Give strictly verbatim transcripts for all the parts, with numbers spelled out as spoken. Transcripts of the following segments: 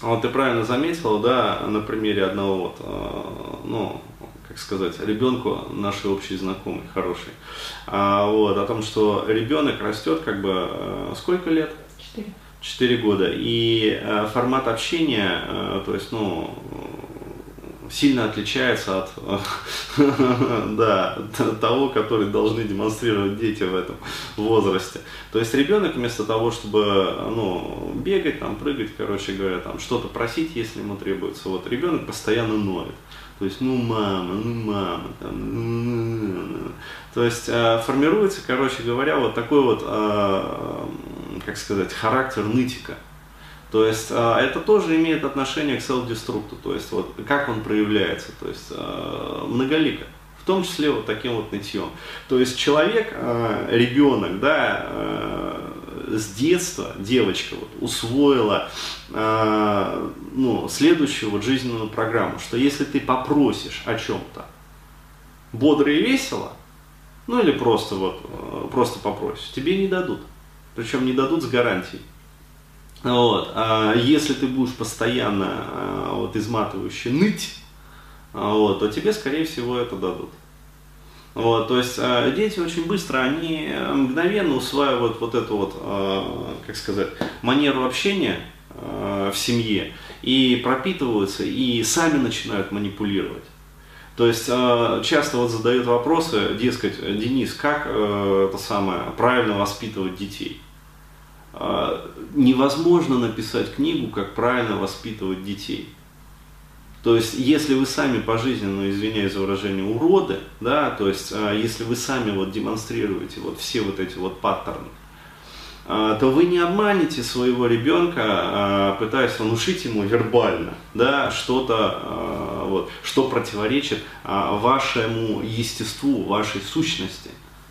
Вот ты правильно заметила, да, на примере одного вот, ну, как сказать, ребенку нашей общей знакомой, хорошей, а, вот, о том, что ребенок растет как бы, сколько лет? Четыре. Четыре года, и э, формат общения, э, то есть, ну, сильно отличается от да, того, который должны демонстрировать дети в этом возрасте. То есть ребенок вместо того, чтобы, ну, бегать, там, прыгать, короче говоря, там, что-то просить, если ему требуется, вот, ребенок постоянно ноет. То есть, ну, мама, ну, мама, там, то есть, э, формируется, короче говоря, вот такой вот, э, как сказать, характер нытика. То есть, э, это тоже имеет отношение к селф-деструкту, то есть, вот, как он проявляется, то есть, э, многолико, в том числе вот таким вот нытьем. То есть, человек, э, ребенок, да, э, с детства, девочка вот, усвоила э, ну, следующую вот жизненную программу, что если ты попросишь о чем-то бодро и весело, ну или просто вот, просто попросишь, тебе не дадут. Причем не дадут с гарантией. Вот. А если ты будешь постоянно вот, изматывающе ныть, вот, то тебе, скорее всего, это дадут. Вот, то есть дети очень быстро, они мгновенно усваивают вот эту вот, как сказать, манеру общения в семье и пропитываются, и сами начинают манипулировать. То есть часто вот задают вопросы, дескать, Денис, как это самое, правильно воспитывать детей? Невозможно написать книгу, как правильно воспитывать детей. То есть, если вы сами по жизни, ну, извиняюсь за выражение, уроды, да, то есть, если вы сами вот демонстрируете вот все вот эти вот паттерны, то вы не обманете своего ребенка, пытаясь внушить ему вербально, да, что-то, вот, что противоречит вашему естеству, вашей сущности.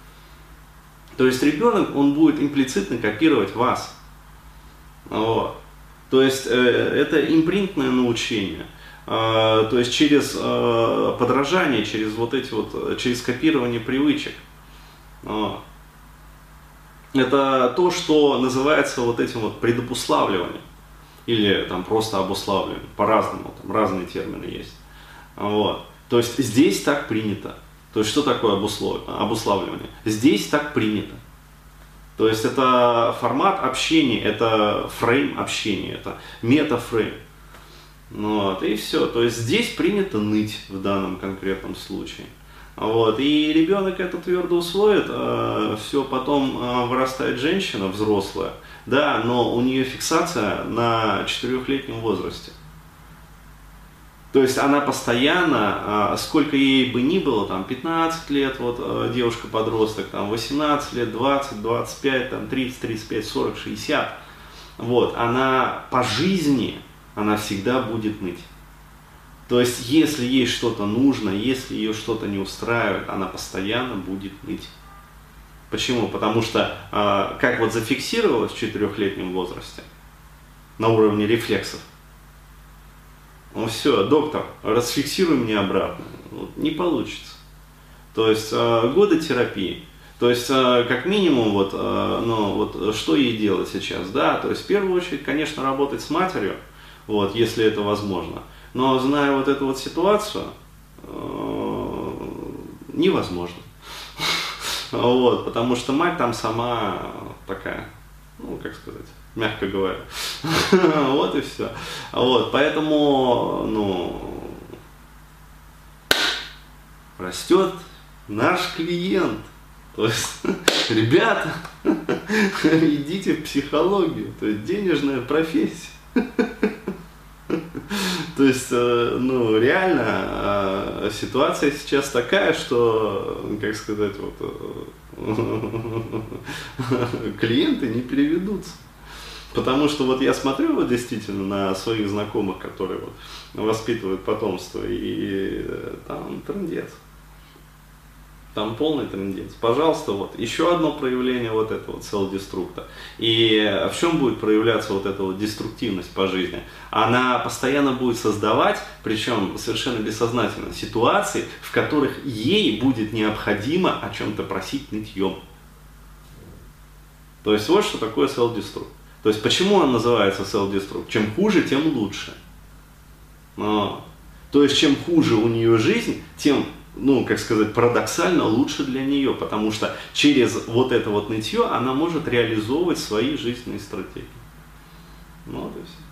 То есть, ребенок, он будет имплицитно копировать вас. Вот. То есть, это импринтное научение. То есть через подражание, через вот эти вот, через копирование привычек. Это то, что называется вот этим вот предопославливанием. Или там просто обуславливанием. По-разному, там разные термины есть. Вот. То есть здесь так принято. То есть что такое обуславливание? Здесь так принято. То есть это формат общения, это фрейм общения, это метафрейм. Вот, и все. То есть здесь принято ныть в данном конкретном случае. Вот, и ребенок это твердо усвоит, э, все, потом э, вырастает женщина взрослая, да, но у нее фиксация на четырехлетнем возрасте. То есть она постоянно, э, сколько ей бы ни было, там пятнадцать лет, вот э, девушка-подросток, там восемнадцать лет, двадцать, двадцать пять, там тридцать, тридцать пять, сорок, шестьдесят, вот, она по жизни, она всегда будет ныть. То есть, если ей что-то нужно, если ее что-то не устраивает, она постоянно будет ныть. Почему? Потому что, э, как вот зафиксировалось в четырехлетнем возрасте, на уровне рефлексов, ну все, доктор, расфиксируй мне обратно. Вот, не получится. То есть, э, годы терапии. То есть, э, как минимум, вот, э, ну, вот, что ей делать сейчас, да? То есть, в первую очередь, конечно, работать с матерью, вот, если это возможно. Но зная вот эту вот ситуацию, э, невозможно. Вот, потому что мать там сама такая, ну, как сказать, мягко говоря. Вот и все. Вот, поэтому, ну, растет наш клиент. То есть, ребята, идите в психологию, то есть денежная профессия. То есть, ну, реально, ситуация сейчас такая, что, как сказать, вот, клиенты не переведутся. Потому что вот я смотрю вот действительно на своих знакомых, которые вот воспитывают потомство, и там трындец. Там полный трындец. Пожалуйста, вот еще одно проявление вот этого вот селф-деструкта. И в чем будет проявляться вот эта вот деструктивность по жизни? Она постоянно будет создавать, причем совершенно бессознательно, ситуации, в которых ей будет необходимо о чем-то просить нытьем. То есть вот что такое селф-деструкт. То есть почему он называется self-destruct? Чем хуже, тем лучше. А, то есть чем хуже у нее жизнь, тем, ну, как сказать, парадоксально лучше для нее, потому что через вот это вот нытье она может реализовывать свои жизненные стратегии. Ну, вот и все.